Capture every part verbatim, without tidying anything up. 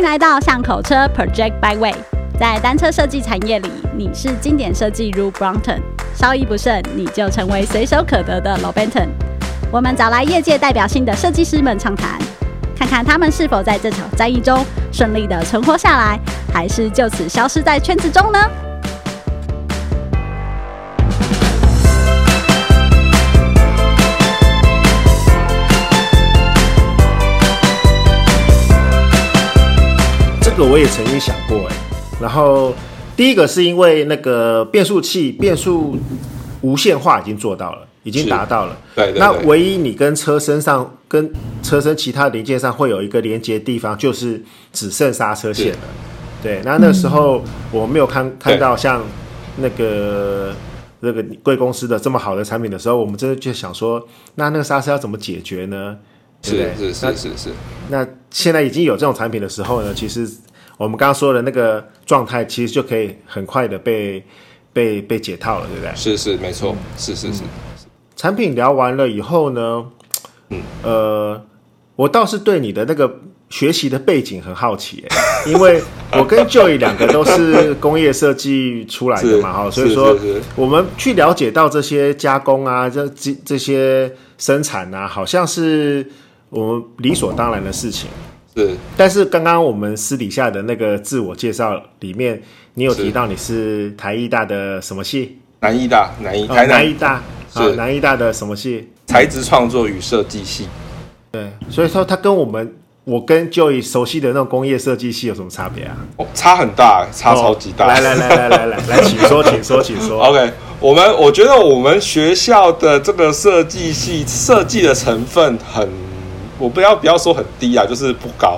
来到巷口车 Project Byway。在单车设计产业里，你是经典设计如 Brompton， 稍一不慎，你就成为随手可得的 Lobenton。我们找来业界代表性的设计师们畅谈，看看他们是否在这场战役中顺利的存活下来，还是就此消失在圈子中呢？ 这个我也曾经想过哎。然后第一个是因为那个变速器变速无线化已经做到了，已经达到了。 对对对。 那唯一你跟车身上、跟车身其他零件上会有一个连接地方，就是只剩刹车线了。对，那那时候我没有看看到像那个那个贵公司的这么好的产品的时候，我们真的就想说，那那个刹车要怎么解决呢？ 是是是是是。 那现在已经有这种产品的时候呢，其实我们刚刚说的那个状态，其实就可以很快的被被被解套了，对不对？ 是是没错，嗯、是是是、嗯。 产品聊完了以后呢，嗯呃，我倒是对你的那个学习的背景很好奇，因为我跟 Joey 两个都是工业设计出来的嘛，哈，所以说我们去了解到这些加工啊，这这些生产啊，好像是我们理所当然的事情。 是，但是刚刚我们私底下的那个自我介绍里面，你有提到你是台艺大的什么系？ 南艺大，南艺，台南艺大，是南艺大的什么系？ 材质创作与设计系。 对，所以说它跟我们我跟 Joey 熟悉的那种工业设计系有什么差别啊？ 哦，差很大，差超级大。 哦、来来来来来来来，请说，请说，请说。 OK， 我们我觉得我们学校的这个设计系设计的成分很。我不要不要说很低啊，就是不高，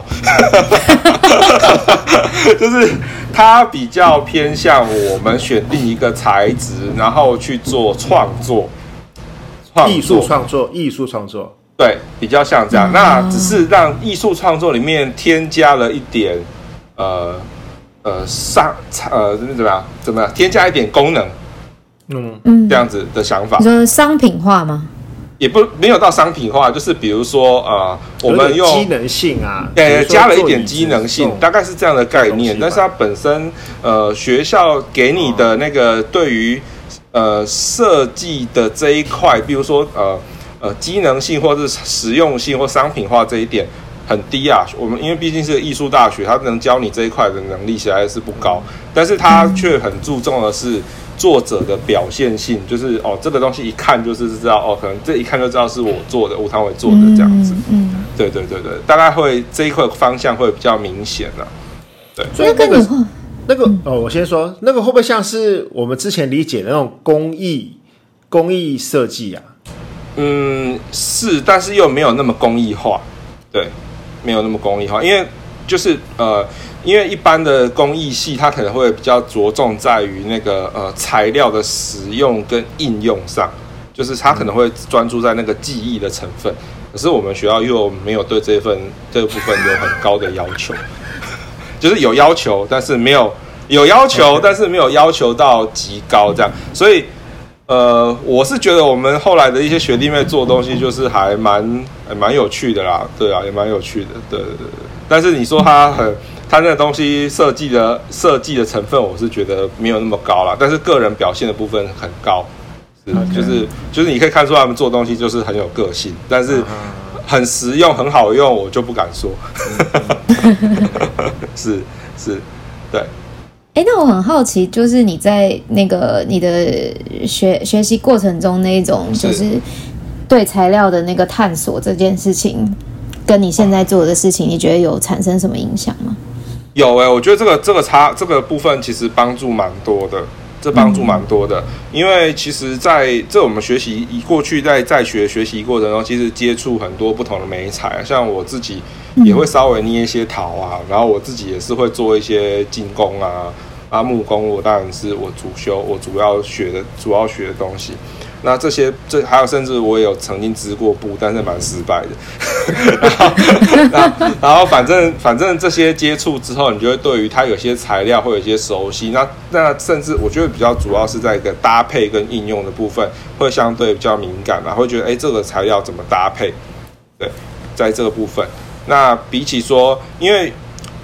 就是它比较偏向我们选定一个材质，然后去做创作， 艺术创作，艺术创作， 对，比较像这样。嗯、那只是让艺术创作里面添加了一点，呃呃上呃怎么样怎么样，添加一点功能，嗯，这样子的想法。 你说商品化吗？ 也不没有到商品化，就是比如说呃，我们用机能性啊， 对，加了一点机能性，大概是这样的概念。但是它本身呃，学校给你的那个对于呃设计的这一块，比如说呃呃机能性或是实用性或商品化这一点很低啊。我们因为毕竟是艺术大学，它能教你这一块的能力实在是不高，但是它却很注重的是作者的表现性，就是哦，这个东西一看就是知道哦，可能这一看就知道是我做的，吴唐伟做的这样子。嗯，嗯对对对对，大概会这一块方向会比较明显了、啊。对， 所以那个那个哦，我先说那个会不会像是我们之前理解的那种工艺工艺设计啊？ 嗯，是，但是又没有那么工艺化，对，没有那么工艺化，因为就是呃。因为一般的工艺系，它可能会比较着重在于那个呃材料的使用跟应用上，就是它可能会专注在那个技艺的成分。可是我们学校又没有对这份这个部分有很高的要求，就是有要求，但是没有有要求， okay. 但是没有要求到极高这样。所以呃，我是觉得我们后来的一些学弟妹做的东西，就是还蛮还蛮有趣的啦，对啊，也蛮有趣的，对对对对。但是你说它很。他那个东西设计的设计的成分，我是觉得没有那么高啦，但是个人表现的部分很高，是 okay. 就是就是你可以看出他们做东西就是很有个性，但是很实用很好用，我就不敢说。是是，对。 哎，那我很好奇，就是你在那个你的学学习过程中那一种，就是对材料的那个探索这件事情，跟你现在做的事情，你觉得有产生什么影响吗？ 有哎、欸，我觉得这个这个差这个部分其实帮助蛮多的，这帮助蛮多的，嗯、因为其实在这我们学习过去在在学学习过程中，其实接触很多不同的媒材，像我自己也会稍微捏一些陶啊，然后我自己也是会做一些金工啊啊木工，我当然是我主修我主要学的主要学的东西。那这些这还有甚至我也有曾经织过布，但是蛮失败的。然后, 然后, 然后反正反正这些接触之后，你就会对于它有些材料会有一些熟悉。那那甚至我觉得比较主要是在一个搭配跟应用的部分，会相对比较敏感嘛，会觉得哎这个材料怎么搭配？对，在这个部分，那比起说，因为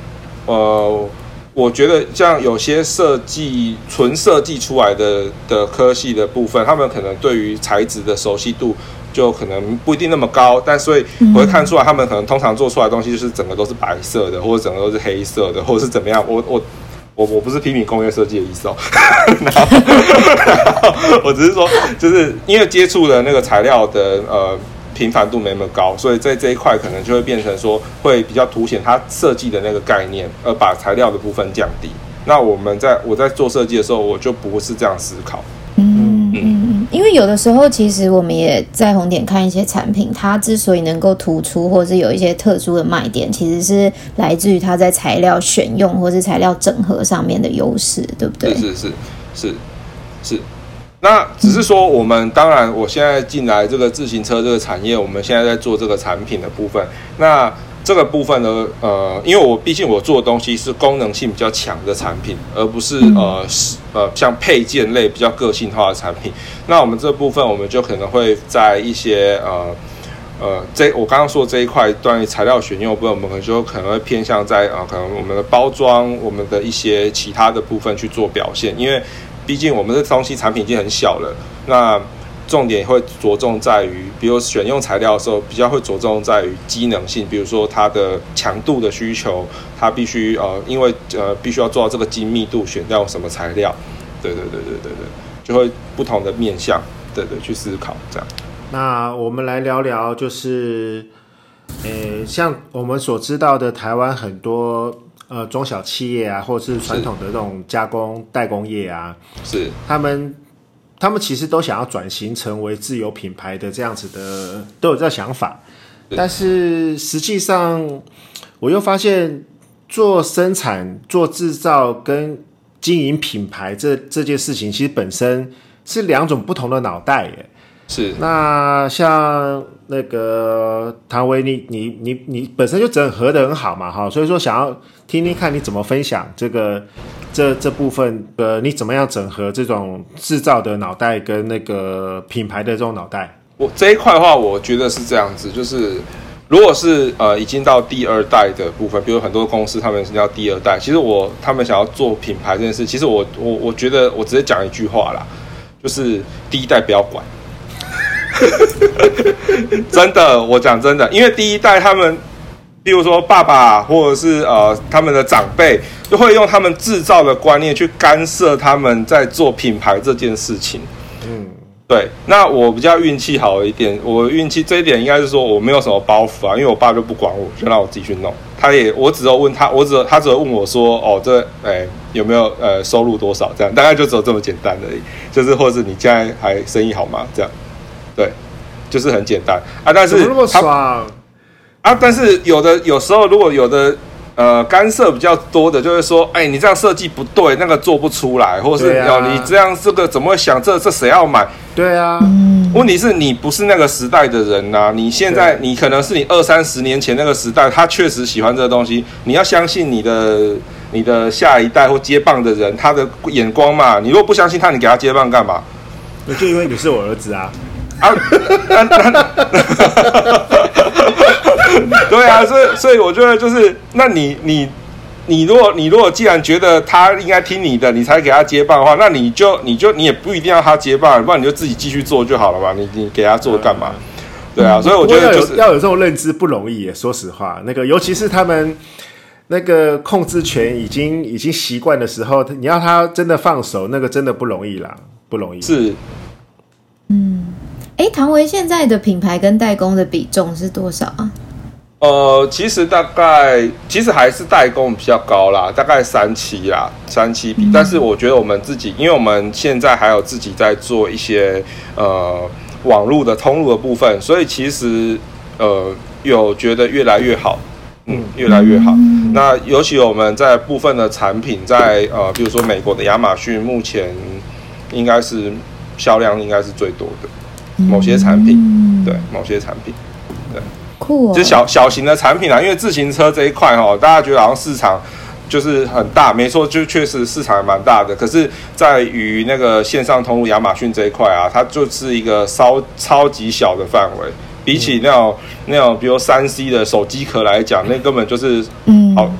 呃，我觉得像有些设计纯设计出来的的科系的部分，他们可能对于材质的熟悉度就可能不一定那么高，但所以我会看出来，他们可能通常做出来的东西就是整个都是白色的，或者整个都是黑色的，或者是怎么样。我我我我不是批评工业设计的意思哦，然后我只是说，就是因为接触的那个材料的呃频繁度没那么高，所以在这一块可能就会变成说会比较凸显它设计的那个概念，而把材料的部分降低。那我们在我在做设计的时候，我就不是这样思考。 嗯嗯嗯，因为有的时候其实我们也在红点看一些产品，它之所以能够突出或是有一些特殊的卖点，其实是来自于它在材料选用或是材料整合上面的优势，对不对？ 是是是是是。那只是说，我们当然，我现在进来这个自行车这个产业，我们现在在做这个产品的部分。那这个部分呢，呃，因为我毕竟我做的东西是功能性比较强的产品，而不是呃呃像配件类比较个性化的产品。那我们这部分，我们就可能会在一些呃呃这我刚刚说的这一块关于材料选用的部分，我们可能就可能会偏向在啊、呃、可能我们的包装、我们的一些其他的部分去做表现，因为毕竟我们这东西产品已经很小了，那重点会着重在于，比如选用材料的时候，比较会着重在于机能性，比如说它的强度的需求，它必须呃，因为呃必须要做到这个精密度，选用什么材料，对对对对对对，就会不同的面向，对对去思考这样。 那我们来聊聊，就是呃，像我们所知道的，台湾很多呃中小企业啊，或者是传统的这种加工代工业啊， 是他们。他们其实都想要转型成为自有品牌的这样子的，都有这个想法。但是实际上，我又发现做生产、做制造跟经营品牌这这件事情，其实本身是两种不同的脑袋耶。 是。 那像那个唐维，你你你你本身就整合得很好嘛，哈，所以说想要听听看你怎么分享这个。这这部分呃，你怎么样整合这种制造的脑袋跟那个品牌的这种脑袋？ 我这一块的话，我觉得是这样子，就是如果是呃已经到第二代的部分，比如很多公司他们是要第二代，其实我他们想要做品牌这件事，其实我我我觉得我直接讲一句话啦，就是第一代不要管，真的，我讲真的，因为第一代他们。比如说爸爸或者是呃他们的长辈，就会用他们制造的观念去干涉他们在做品牌这件事情。嗯，对。那我比较运气好一点，我运气这一点应该是说我没有什么包袱啊，因为我爸就不管我，就让我自己去弄。他也我只有问他，我只有他只有问我说，哦，这哎有没有呃收入多少这样，大概就只有这么简单而已。就是或者你现在还生意好吗？这样，对，就是很简单啊。但是怎么那么爽？ 啊，但是有的有时候如果有的呃干涉比较多的，就会说，哎，你这样设计不对，那个做不出来，或是、啊哦、你这样这个怎么会想这这谁要买？ 对啊， 问题是你不是那个时代的人呐、啊，你现在你可能是你二三十年前那个时代，他确实喜欢这个东西，你要相信你的你的下一代或接棒的人他的眼光嘛。你如果不相信他，你给他接棒干嘛？ 就因为你是我儿子啊。 啊，对啊，所以所以我觉得就是，那你你你如果你如果既然觉得他应该听你的，你才给他接棒的话，那你就你就你也不一定要他接棒，不然你就自己继续做就好了嘛。你你给他做干嘛？对啊，所以我觉得就是要有要有这种认知不容易耶。说实话，那个尤其是他们那个控制权已经已经习惯的时候，你要他真的放手，那个真的不容易啦，不容易。 是， 嗯。哎，唐维现在的品牌跟代工的比重是多少啊？ 呃，其实大概其实还是代工比较高啦，大概三七啦，三七比。嗯、但是我觉得我们自己，因为我们现在还有自己在做一些呃网络的通路的部分，所以其实呃有觉得越来越好，嗯，越来越好。嗯、那尤其我们在部分的产品在呃，比如说美国的亚马逊，目前应该是销量应该是最多的。某些产品，嗯、对某些产品，对， 酷哦， 就是小小型的产品啦。因为自行车这一块哈，大家觉得好像市场就是很大，没错，就确实市场也蛮大的。可是，在于那个线上通路亚马逊这一块啊，它就是一个超超级小的范围，比起那种、嗯、那种比如三 C 的手机壳来讲，那根本就是嗯好。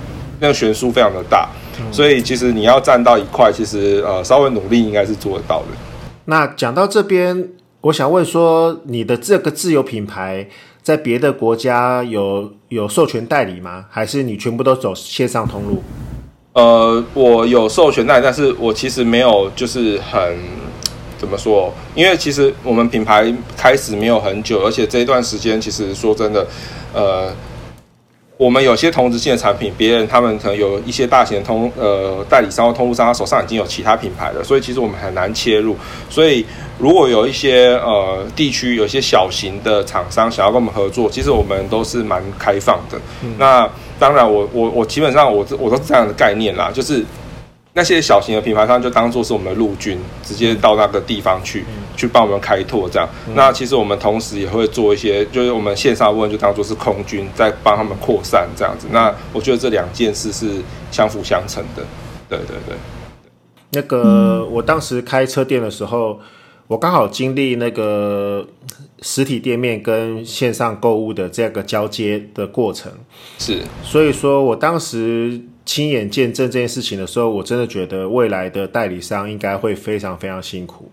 那个悬殊非常的大，嗯、所以其实你要占到一块，其实呃稍微努力应该是做得到的。 那讲到这边，我想问说，你的这个自有品牌在别的国家有有授权代理吗？还是你全部都走线上通路？ 呃，我有授权代理，但是我其实没有就是很怎么说？因为其实我们品牌开始没有很久，而且这一段时间其实说真的，呃，我们有些同质性的产品，别人他们可能有一些大型的通呃代理商或通路商，他手上已经有其他品牌了，所以其实我们很难切入。所以如果有一些呃地区有一些小型的厂商想要跟我们合作，其实我们都是蛮开放的。嗯、那当然我，我我我基本上我我都是这样的概念啦，就是那些小型的品牌商就当作是我们的陆军，直接到那个地方去，嗯、去帮我们开拓这样。嗯、那其实我们同时也会做一些，就是我们线上的部分就当作是空军在帮他们扩散这样子。那我觉得这两件事是相辅相成的。对对对。 那个我当时开车店的时候，我刚好经历那个实体店面跟线上购物的这个交接的过程， 是，所以说我当时亲眼见证这件事情的时候，我真的觉得未来的代理商应该会非常非常辛苦。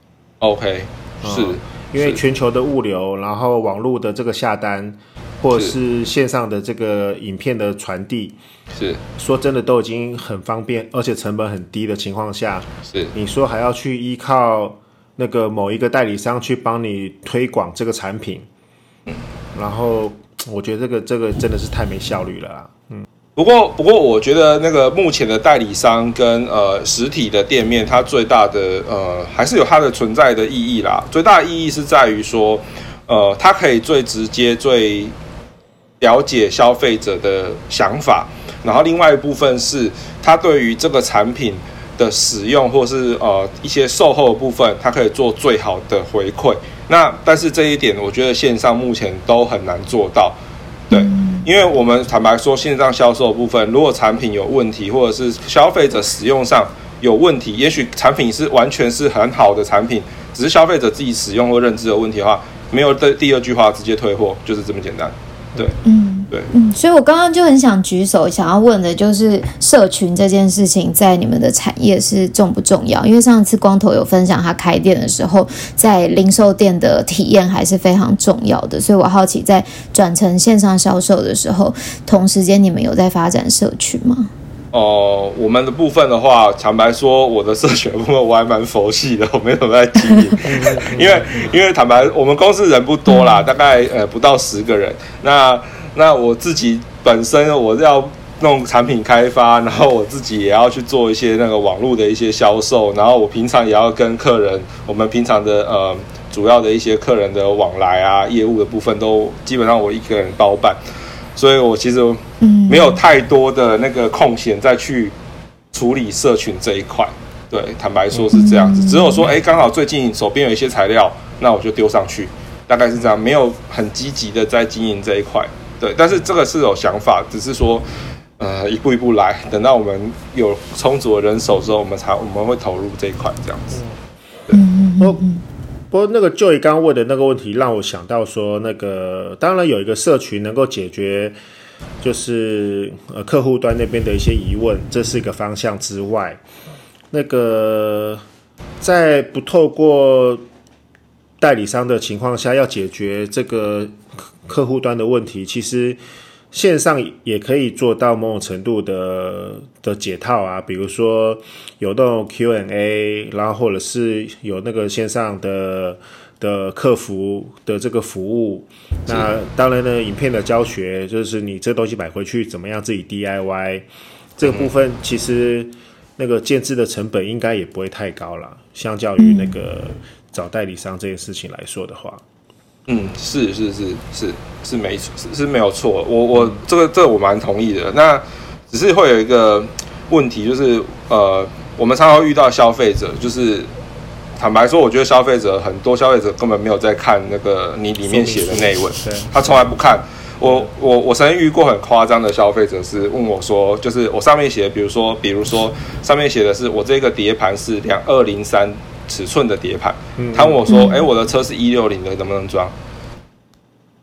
OK， 是、嗯， 因为全球的物流，然后网络的这个下单，或者是线上的这个影片的传递， 是， 说真的都已经很方便，而且成本很低的情况下， 是， 你说还要去依靠那个某一个代理商去帮你推广这个产品，嗯，然后我觉得这个这个真的是太没效率了啦，嗯。 不过不过，我觉得那个目前的代理商跟呃实体的店面，它最大的呃还是有它的存在的意义啦。最大的意义是在于说，呃，它可以最直接、最了解消费者的想法，然后另外一部分是它对于这个产品的使用或是呃一些售后的部分，它可以做最好的回馈。那但是这一点，我觉得线上目前都很难做到，对，因为我们坦白说，线上销售的部分，如果产品有问题，或者是消费者使用上有问题，也许产品是完全是很好的产品，只是消费者自己使用或认知有问题的话，没有第二句话直接退货，就是这么简单，对，嗯。对， 嗯，所以我刚刚就很想举手，想要问的就是社群这件事情在你们的产业是重不重要？因为上次光头有分享他开店的时候，在零售店的体验还是非常重要的，所以我好奇在转成线上销售的时候，同时间你们有在发展社群吗？ 哦、呃，我们的部分的话，坦白说，我的社群部分我还蛮佛系的，我没有在经营，因为因为坦白，我们公司人不多啦，大概呃不到十个人，那。那我自己本身我要弄产品开发，然后我自己也要去做一些那个网络的一些销售，然后我平常也要跟客人，我们平常的呃主要的一些客人的往来啊，业务的部分都基本上我一个人包办，所以我其实没有太多的那个空闲再去处理社群这一块。对，坦白说是这样子，只有说哎，刚好最近手边有一些材料，那我就丢上去，大概是这样，没有很积极的在经营这一块。对，但是这个是有想法，只是说，呃，一步一步来，等到我们有充足的人手之后，我们才我们会投入这一块，这样子。对， 不过不过那个 Joey 刚刚问的那个问题，让我想到说，那个当然有一个社群能够解决，就是呃客户端那边的一些疑问，这是一个方向之外，那个在不透过代理商的情况下，要解决这个客户端的问题，其实线上也可以做到某种程度的的解套啊，比如说有那种 Q and A， 然后或者是有那个线上的的客服的这个服务。那当然呢，影片的教学就是你这东西买回去怎么样自己 D I Y， 这个部分其实那个建制的成本应该也不会太高啦，相较于那个找代理商这件事情来说的话。 嗯，是是是是是没是是没有错，我我这个这个我蛮同意的。那只是会有一个问题，就是呃，我们常常会遇到消费者，就是坦白说，我觉得消费者很多消费者根本没有在看那个你里面写的内文，他从来不看。我我我曾经遇过很夸张的消费者是问我说，就是我上面写的，比如说比如说上面写的是我这个碟盘是两二零三。尺寸的碟盘，他问我说：“哎、欸，我的车是一六零的，能不能装？”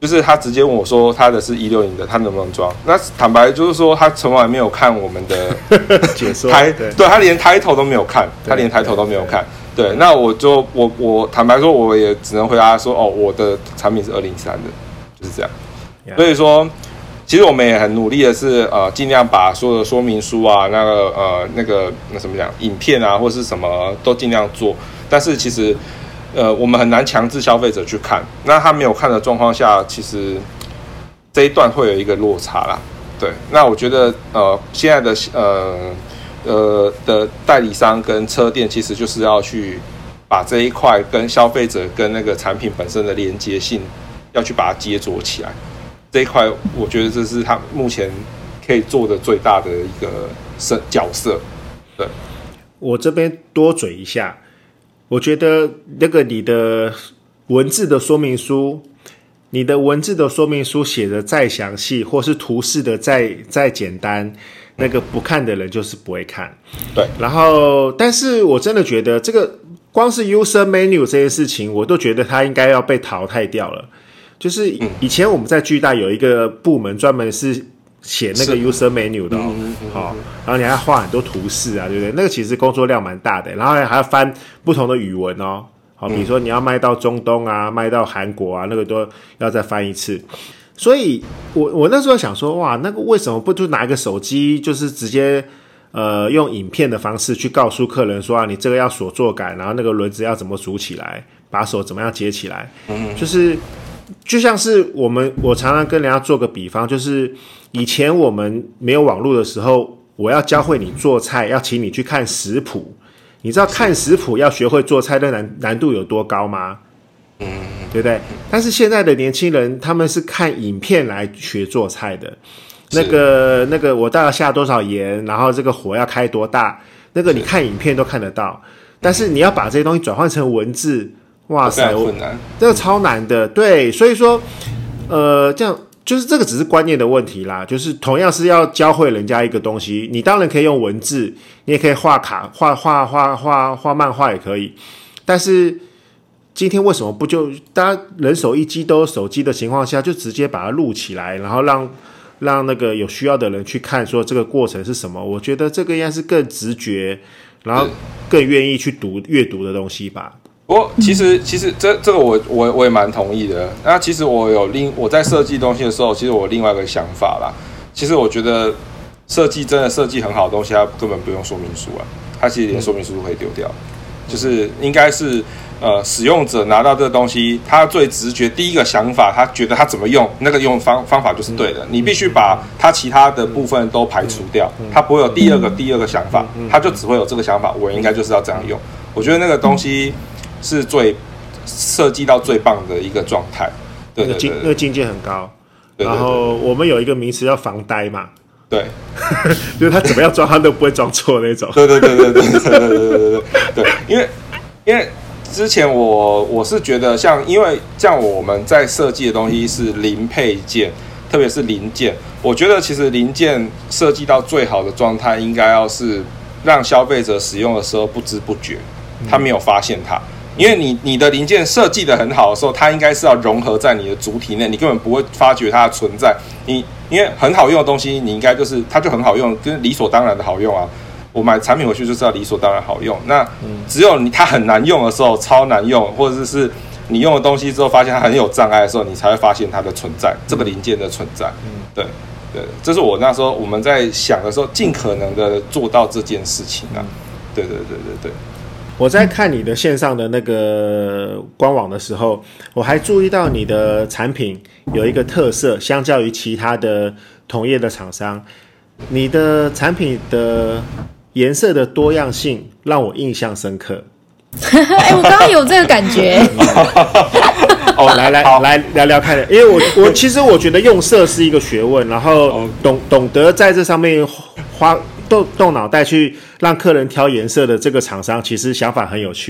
就是他直接问我说他的是一六零的，他能不能装？那坦白就是说，他从来没有看我们的解说， 抬对， 对他连抬头都没有看，他连抬头都没有看。对，对那我就我我坦白说，我也只能回答说，哦，我的产品是二零三的，就是这样。Yeah. 所以说，其实我们也很努力的是，呃，尽量把所有的说明书啊，那个呃那个那什么讲，影片啊，或是什么都尽量做。但是其实，呃，我们很难强制消费者去看。那他没有看的状况下，其实这一段会有一个落差啦。对，那我觉得，呃，现在的呃呃的代理商跟车店，其实就是要去把这一块跟消费者跟那个产品本身的连接性，要去把它接着起来。这一块，我觉得这是他目前可以做的最大的一个角色。对， 我这边多嘴一下，我觉得那个你的文字的说明书，你的文字的说明书写的再详细，或是图示的再再简单，那个不看的人就是不会看。 对， 然后，但是我真的觉得这个光是 user menu 这件事情，我都觉得它应该要被淘汰掉了。就是以前我们在巨大有一个部门专门是写那个 user menu 的哦，好，然后你还要画很多图示啊，对不对？那个其实工作量蛮大的，然后还要翻不同的语文哦，好，比如说你要卖到中东啊，卖到韩国啊，那个都要再翻一次。所以我我那时候想说，哇，那个为什么不就拿一个手机，就是直接呃用影片的方式去告诉客人说啊，你这个要锁座杆，然后那个轮子要怎么组起来，把手怎么样接起来，就是。就像是我们，我常常跟人家做个比方，就是以前我们没有网络的时候，我要教会你做菜，要请你去看食谱。你知道看食谱要学会做菜的难难度有多高吗？嗯，对不对？但是现在的年轻人，他们是看影片来学做菜的。那个那个，我大概下多少盐，然后这个火要开多大，那个你看影片都看得到。但是你要把这些东西转换成文字。哇塞， 困难， 这个超难的，对，所以说，呃，这样就是这个只是观念的问题啦。就是同样是要教会人家一个东西，你当然可以用文字，你也可以画卡、画画、画画、画漫画也可以。但是今天为什么不就大家人手一机都有手机的情况下，就直接把它录起来，然后让让那个有需要的人去看，说这个过程是什么？我觉得这个应该是更直觉，然后更愿意去读阅读的东西吧。 不过，其实其实这这个我我我也蛮同意的。那其实我有另我在设计东西的时候，其实我有另外一个想法啦。其实我觉得设计真的设计很好的东西，它根本不用说明书啊，它其实连说明书都可以丢掉。就是应该是呃使用者拿到这个东西，他最直觉第一个想法，他觉得他怎么用，那个用方方法就是对的。你必须把他其他的部分都排除掉，他不会有第二个第二个想法，他就只会有这个想法，我应该就是要这样用。我觉得那个东西。是最设计到最棒的一个状态，对对对， 那个境界很高。对对对对，然后我们有一个名词叫防呆嘛， 对， 就是他怎么样装他都不会装错那种。 对对对对对对对对对对对，因为因为之前我我是觉得像，因为像我们在设计的东西是零配件，特别是零件，我觉得其实零件设计到最好的状态，应该要是让消费者使用的时候不知不觉，他没有发现它。因为你你的零件设计的很好的时候，它应该是要融合在你的主体内，你根本不会发觉它的存在。你因为很好用的东西，你应该就是它就很好用，就是理所当然的好用啊。我买产品回去就是要理所当然好用。那只有你它很难用的时候，超难用，或者是你用了东西之后发现它很有障碍的时候，你才会发现它的存在，这个零件的存在。对对，这是我那时候我们在想的时候，尽可能的做到这件事情啊。对对对对对。 我在看你的线上的那个官网的时候，我还注意到你的产品有一个特色，相较于其他的同业的厂商，你的产品的颜色的多样性让我印象深刻。 哎、欸，我刚刚有这个感觉。 哦，来来来聊聊看，因为我我其实我觉得用色是一个学问，然后懂懂得在这上面花动动脑袋去让客人挑颜色的这个厂商，其实想法很有趣。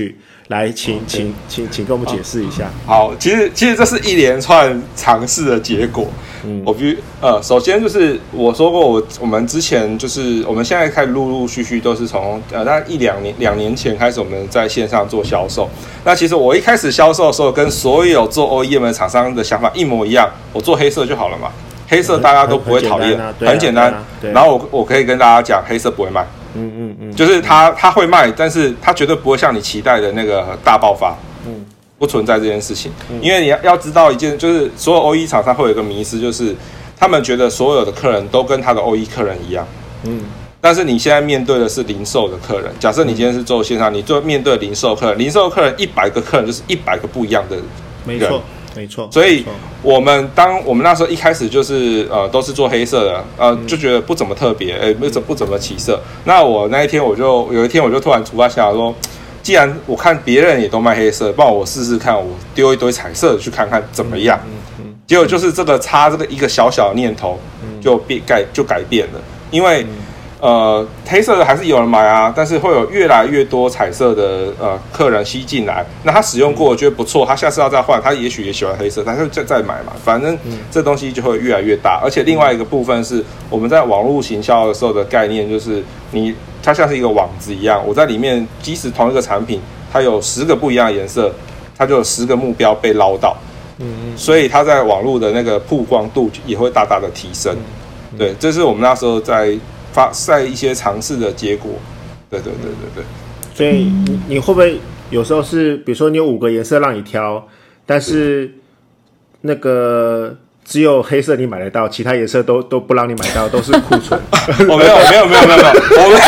来，请请请请跟我们解释一下。 好，其实其实这是一连串尝试的结果。嗯，我比呃，首先就是我说过我，我我们之前就是我们现在开始陆陆续续都是从呃，大概一两年两年前开始，我们在线上做销售。那其实我一开始销售的时候，跟所有做 O E M 的厂商的想法一模一样，我做黑色就好了嘛。黑色大家都不会讨厌，很简单。然后我我可以跟大家讲，黑色不会卖。嗯嗯嗯，就是它它会卖，但是它绝对不会像你期待的那个大爆发。嗯，不存在这件事情，嗯、因为你要要知道一件，就是所有 O E 厂商会有一个迷思，就是他们觉得所有的客人都跟他的 O E 客人一样。嗯，但是你现在面对的是零售的客人，假设你今天是做线上，你就面对零售客人，零售客人一百个客人就是一百个不一样的人。 没错。没错， 所以我们当我们那时候一开始就是呃都是做黑色的，呃就觉得不怎么特别，哎、欸、不怎不怎么起色。那我那一天我就有一天我就突然突发奇想说，既然我看别人也都卖黑色，不然我试试看，我丢一堆彩色的去看看怎么样。嗯嗯、结果就是这个差这个一个小小的念头就变改就改变了，因为。呃，黑色的还是有人买啊，但是会有越来越多彩色的呃客人吸进来。那他使用过觉得不错，他下次要再换，他也许也喜欢黑色，他就再再买嘛。反正这东西就会越来越大。而且另外一个部分是我们在网络行销的时候的概念，就是你它像是一个网子一样，我在里面即使同一个产品，它有十个不一样的颜色，它就有十个目标被捞到。嗯，所以它在网络的那个曝光度也会大大的提升。对，这是我们那时候在。发在一些尝试的结果，对对对对对， 所以你你会不会有时候是，比如说你有五个颜色让你挑，但是那个只有黑色你买得到，其他颜色都都不让你买到，都是库存。 我没有没有没有没有没有，我没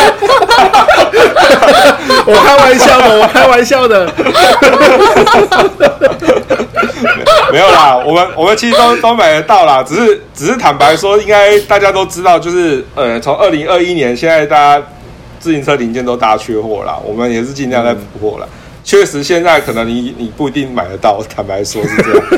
有，我开玩笑的，我开玩笑的。 没有啦，我们我们其实都都买得到啦，只是只是坦白说，应该大家都知道，就是呃，从二零二一年现在大家自行车零件都大缺货啦，我们也是尽量在补货啦。确、嗯、实，现在可能你你不一定买得到，坦白说是这样。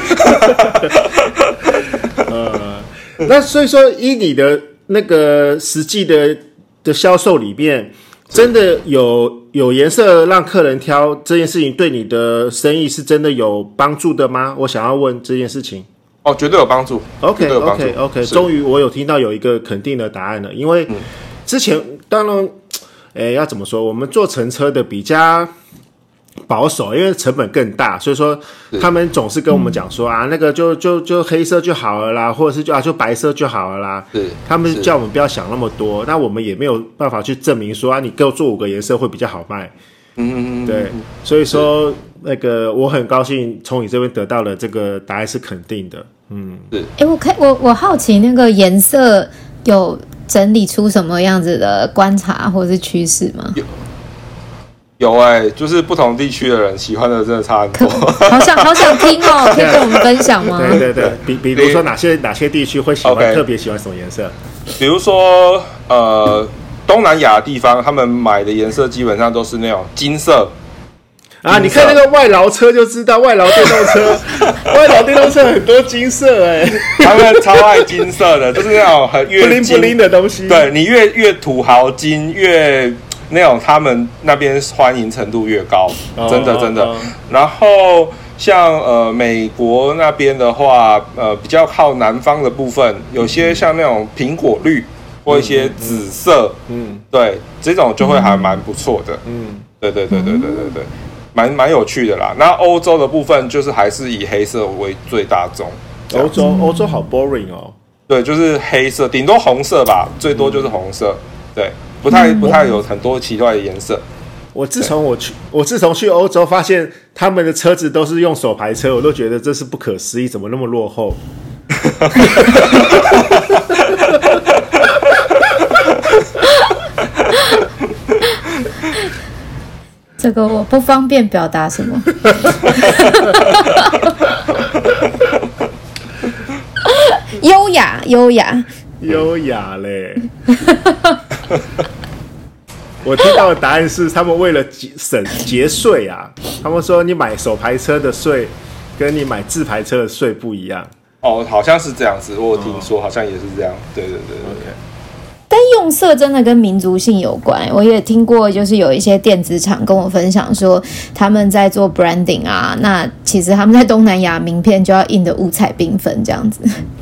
呃，那所以说，依你的那个实际的的销售里面。真的有有颜色让客人挑这件事情，对你的生意是真的有帮助的吗？我想要问这件事情。 哦，绝对有帮助。 OK OK OK， 终于我有听到有一个肯定的答案了。因为之前当然，诶，要怎么说？我们做乘车的比较保守，因为成本更大，所以说他们总是跟我们讲说啊，那个就就就黑色就好了啦，或者是就啊就白色就好了啦。他们叫我们不要想那么多，那我们也没有办法去证明说啊，你给我做五个颜色会比较好卖。嗯嗯嗯，对，所以说那个我很高兴从你这边得到了这个答案是肯定的。嗯， 是。哎，我可我我好奇那个颜色有整理出什么样子的观察或是趋势吗？ 有。有哎、欸，就是不同地区的人喜欢的真的差很多， 好想好想听哦，可以跟我们分享吗？ 对对对，比比如说哪些哪些地区会喜欢、okay. 特别喜欢什么颜色？ 比如说呃，东南亚的地方，他们买的颜色基本上都是那种金色。 啊，你看那个外劳车就知道，外劳电动车，外劳电动车很多金色哎、欸， 他们超爱金色的，就是那种很越不灵不灵的东西。 对你越越土豪金越。那种他们那边欢迎程度越高，真的真的。Oh, oh, oh. 然后像呃美国那边的话，呃比较靠南方的部分，有些像那种苹果绿或一些紫色，嗯，对，这种就会还蛮不错的。嗯，对对对对对对对，蛮蛮有趣的啦。那欧洲的部分就是还是以黑色为最大宗。 欧洲欧洲好 boring 哦。 对，就是黑色，顶多红色吧，最多就是红色。对。不太不太有很多奇怪的颜色。 我自从我去，我自从去欧洲，发现他们的车子都是用手排车，我都觉得这是不可思议，怎么那么落后？ 这个我不方便表达什么。优雅，优雅， 优雅嘞。我听到的答案是，他们为了省节税啊，他们说你买手排车的税跟你买自排车的税不一样。 哦，好像是这样子，我有听说，哦、好像也是这样。对对对对。 Okay. 但用色真的跟民族性有关。我也听过，就是有一些电子厂跟我分享说，他们在做 branding 啊，那其实他们在东南亚名片就要印的五彩缤纷这样子。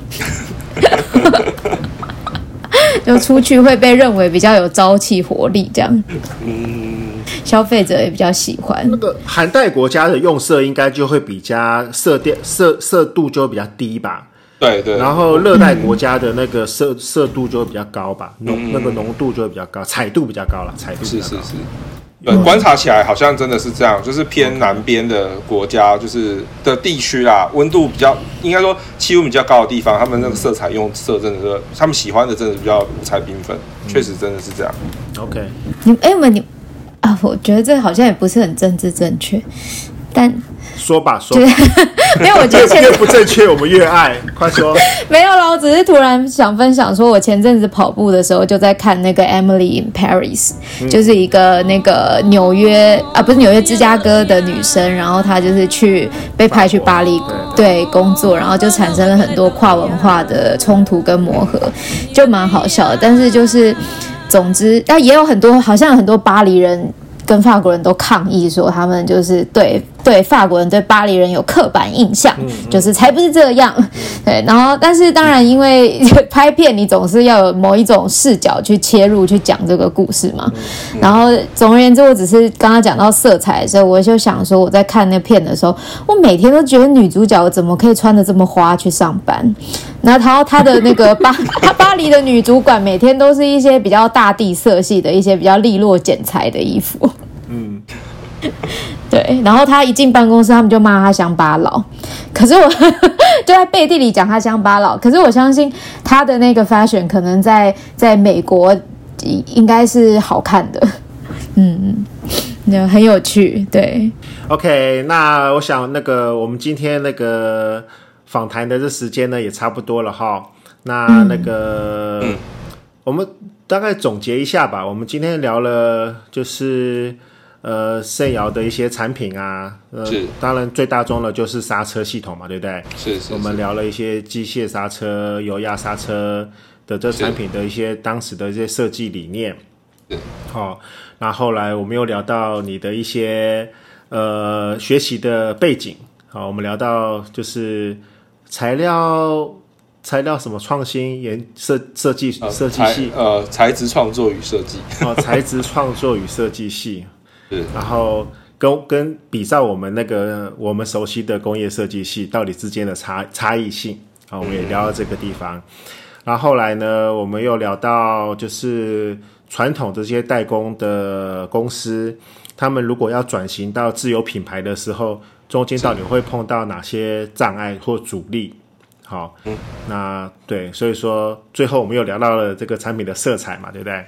就出去会被认为比较有朝气活力，这样，嗯，消费者也比较喜欢。 那个寒带国家的用色应该就会比较色调色色度就会比较低吧？ 对对。 然后热带国家的那个色色度就会比较高吧，浓、嗯、那个浓度就会比较高，彩度比较高了，彩度比较高。 是是是。对，观察起来好像真的是这样，就是偏南边的国家，就是的地区啦，温度比较，应该说气温比较高的地方，他们那个色彩用色真的是，他们喜欢的真的是比较五彩缤纷，确实真的是这样。 OK， 你哎，我、欸、你啊，我觉得这好像也不是很政治正确，但说吧说吧， 没有，我觉得越不正确我们越爱，快说。 没有啦，我只是突然想分享说，我前阵子跑步的时候就在看那个 Emily in Paris，、嗯、就是一个那个纽约啊，不是纽约芝加哥的女生，然后她就是去被派去巴黎对工作，然后就产生了很多跨文化的冲突跟磨合，就蛮好笑的。但是就是总之，但也有很多好像有很多巴黎人跟法国人都抗议说，他们就是对对法国人对巴黎人有刻板印象，嗯嗯、就是才不是这样。嗯、对，然后但是当然，因为拍片你总是要有某一种视角去切入去讲这个故事嘛。嗯嗯、然后总而言之，我只是刚刚讲到色彩的时候，我就想说，我在看那片的时候，我每天都觉得女主角怎么可以穿得这么花去上班？然后她的那个巴她巴黎的女主管每天都是一些比较大地色系的一些比较利落剪裁的衣服。嗯，对，然后他一进办公室，他们就骂他乡巴佬。可是我就在背地里讲他乡巴佬，可是我相信他的那个 fashion 可能在在美国应该是好看的，嗯，很有趣。对 ，OK， 那我想那个我们今天那个访谈的这时间呢也差不多了哈。那那个、嗯、我们大概总结一下吧。我们今天聊了就是呃盛瑶的一些产品啊，呃，当然最大宗的就是刹车系统嘛，对不对？ 是 是, 是。 我们聊了一些机械刹车、油压刹车的这产品的一些当时的一些设计理念。是。好、哦，那后来我们又聊到你的一些呃学习的背景。好，我们聊到就是材料。材料什么创新研设设计设计系呃材质创作与设计哦材质创作与设计系是，然后跟跟比照我们那个我们熟悉的工业设计系到底之间的差差异性啊、哦，我们也聊到这个地方。嗯、然后后来呢，我们又聊到就是传统这些代工的公司，他们如果要转型到自有品牌的时候，中间到底会碰到哪些障碍或阻力？好，嗯，那对，所以说最后我们又聊到了这个产品的色彩嘛，对不对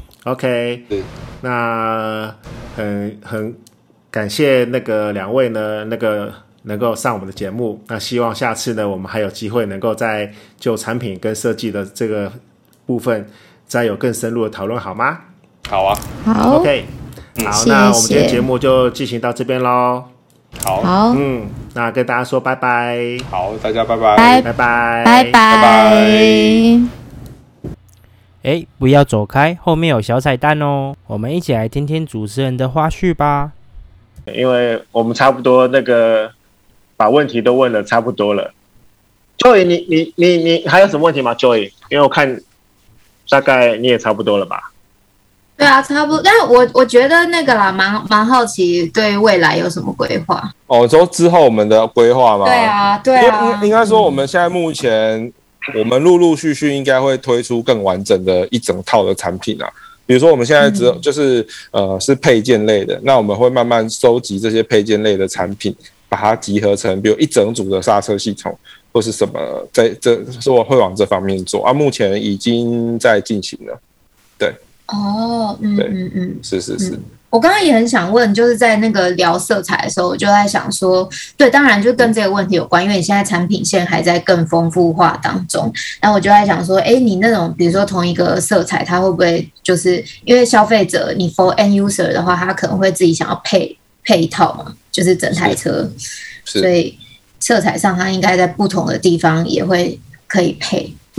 ？OK， 对，那很很感谢那个两位呢，那个能够上我们的节目。那希望下次呢，我们还有机会能够在就产品跟设计的这个部分再有更深入的讨论，好吗？ 好啊， 好 ，OK， 好，谢谢，那我们今天节目就进行到这边咯。 好， 好， 嗯，那跟大家说拜拜。 好，大家拜拜， 拜拜，拜拜，拜拜。 哎，不要走开，后面有小彩蛋哦。我们一起来听听主持人的花絮吧。 因为我们差不多那个把问题都问了差不多了。Joey， 你你你你还有什么问题吗 ？Joey， 因为我看大概你也差不多了吧。 对啊，差不多。但是我我觉得那个啦，蛮蛮好奇对未来有什么规划。 哦，说之后我们的规划吗？ 对啊，对啊。 应该说我们现在目前，我们陆陆续续应该会推出更完整的一整套的产品啊。比如说我们现在只有就是、嗯、呃是配件类的，那我们会慢慢收集这些配件类的产品，把它集合成比如一整组的刹车系统或是什么，在这说我会往这方面做啊。目前已经在进行了，对。 哦，嗯嗯嗯， 是是是、嗯。 我刚刚也很想问，就是在那个聊色彩的时候，我就在想说，对，当然就跟这个问题有关，因为你现在产品线还在更丰富化当中。然后我就在想说，哎，你那种比如说同一个色彩，它会不会就是因为消费者你 for end user 的话，他可能会自己想要配配一套嘛，就是整台车，所以色彩上它应该在不同的地方也会可以配。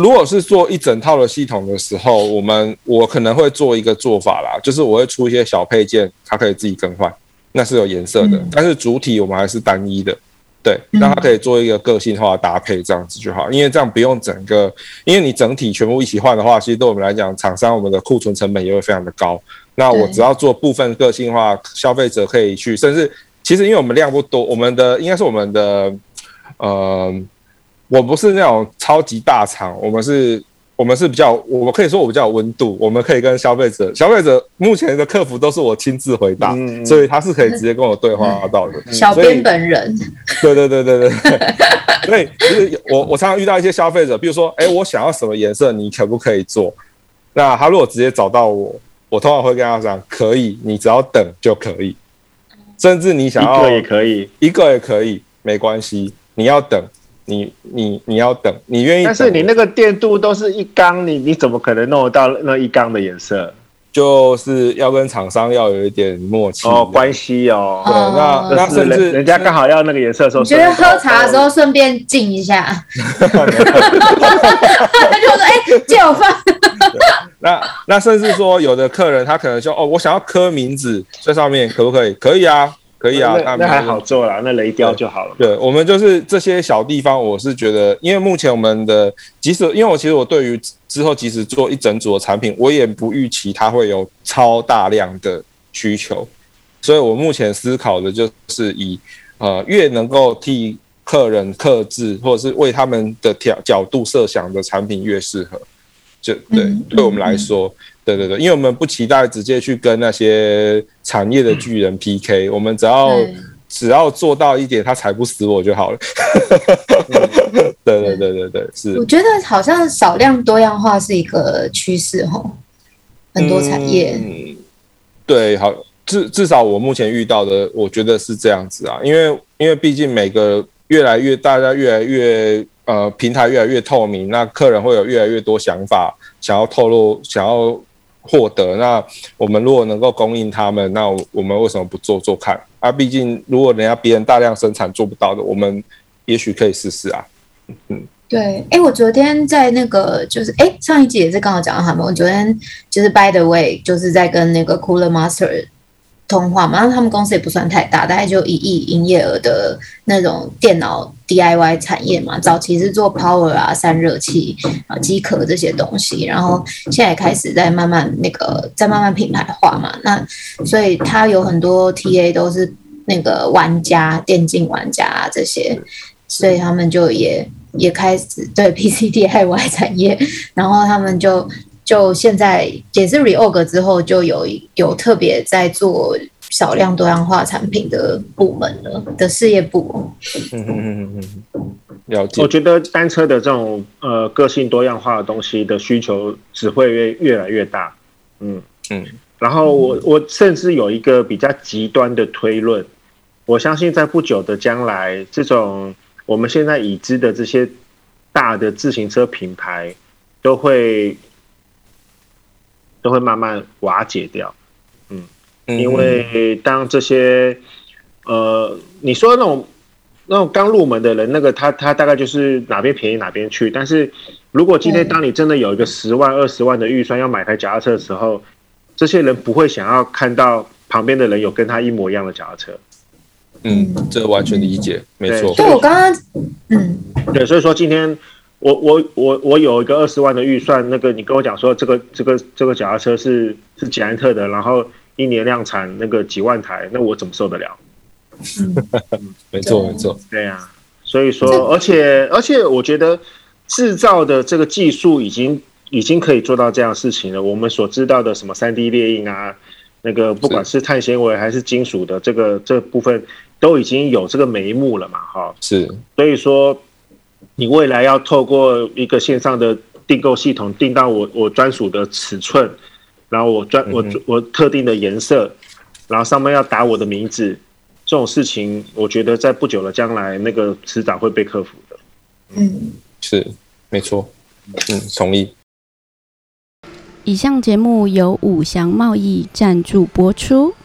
如果是做一整套的系统的时候，我们我可能会做一个做法啦，就是我会出一些小配件，它可以自己更换，那是有颜色的，嗯、但是主体我们还是单一的。对，让它可以做一个个性化的搭配，这样子就好。因为这样不用整个，因为你整体全部一起换的话，其实对我们来讲，厂商我们的库存成本也会非常的高。那我只要做部分个性化，消费者可以去，甚至其实因为我们量不多，我们的应该是我们的，呃，我不是那种超级大厂，我们是。我们是比较，我们可以说我比较有温度，我们可以跟消费者，消费者目前的客服都是我亲自回答，嗯、所以他是可以直接跟我对话到的。 嗯、小编本人， 对对对对对，所以其实我我常常遇到一些消费者，比如说，哎，我想要什么颜色，你可不可以做？那他如果直接找到我，我通常会跟他讲，可以，你只要等就可以，甚至你想要一个也可以， 一个也可以，没关系，你要等。你你你要等，你愿意等， 但是你那个电镀都是一缸，你你怎么可能弄得到那一缸的颜色？ 就是要跟厂商要有一点默契哦，关系哦。 对，那那甚至人家刚好要那个颜色的时候， 觉得喝茶的时候顺便敬一下，他就说：“哎、欸，借我放。” 那那甚至说，有的客人他可能说：“哦，我想要刻名字在上面，可不可以？”可以啊。可以啊， 那, 那还好做啦，那雷雕就好了。 对，我们就是这些小地方，我是觉得，因为目前我们的，即使因为我其实我对于之后即使做一整组的产品，我也不预期它会有超大量的需求，所以我目前思考的就是以呃越能够替客人客制，或者是为他们的角度设想的产品越适合。就对，嗯、对我们来说。嗯对对对，因为我们不期待直接去跟那些产业的巨人 P K，、嗯、我们只要只要做到一点，他踩不死我就好了。对对对对对，是。 我觉得好像少量多样化是一个趋势齁，很多产业。 嗯，对，好，至至少我目前遇到的，我觉得是这样子啊，因为因为毕竟每个越来越大家越来越呃平台越来越透明，那客人会有越来越多想法，想要透露，想要。获得，那我们如果能够供应他们，那我们为什么不做做看啊？毕竟如果人家别人大量生产做不到的，我们也许可以试试啊。嗯， 对，哎、欸，我昨天在那个就是哎、欸、上一集也是刚好讲到他们，我昨天就是 by the way 就是在跟那个 Cooler Master 通话嘛，然后他们公司也不算太大，大概就一亿营业额的那种电脑 D I Y 产业嘛。早期是做 power 啊、散热器啊、机壳这些东西，然后现在也开始在慢慢那个在慢慢品牌化嘛。那所以它有很多 T A 都是那个玩家、电竞玩家、啊、这些，所以他们就也也开始对 P C D I Y 产业，然后他们就。就现在也是 reorg 之后，就有有特别在做少量多样化产品的部门了的事业部。 嗯嗯嗯嗯，了解。 我觉得单车的这种呃个性多样化的东西的需求只会越越来越大。嗯嗯。然后我我甚至有一个比较极端的推论，我相信在不久的将来，这种我们现在已知的这些大的自行车品牌都会。都会慢慢瓦解掉，嗯，因为当这些，呃，你说那种那种刚入门的人，那个他他大概就是哪边便宜哪边去。但是如果今天当你真的有一个十万二十万的预算要买台脚踏车的时候，这些人不会想要看到旁边的人有跟他一模一样的脚踏车。 嗯，这完全理解，没错。 对，我刚刚，嗯， 对，所以说今天。我我我我有一个二十万的预算，那个你跟我讲说这个这个这个脚踏车是是捷安特的，然后一年量产那个几万台，那我怎么受得了？ 嗯，没错没错， 对啊，所以说，而且而且我觉得制造的这个技术已经已经可以做到这样的事情了。我们所知道的什么 三 D 列印啊，那个不管是碳纤维还是金属的这个这个部分，都已经有这个眉目了嘛，哈， 是， 所以说。你未来要透过一个线上的订购系统订到我我专属的尺寸，然后我专我我特定的颜色，然后上面要打我的名字，这种事情，我觉得在不久的将来，那个迟早会被克服的。 嗯， 是没错，嗯，同意。 以上节目由五祥贸易赞助播出。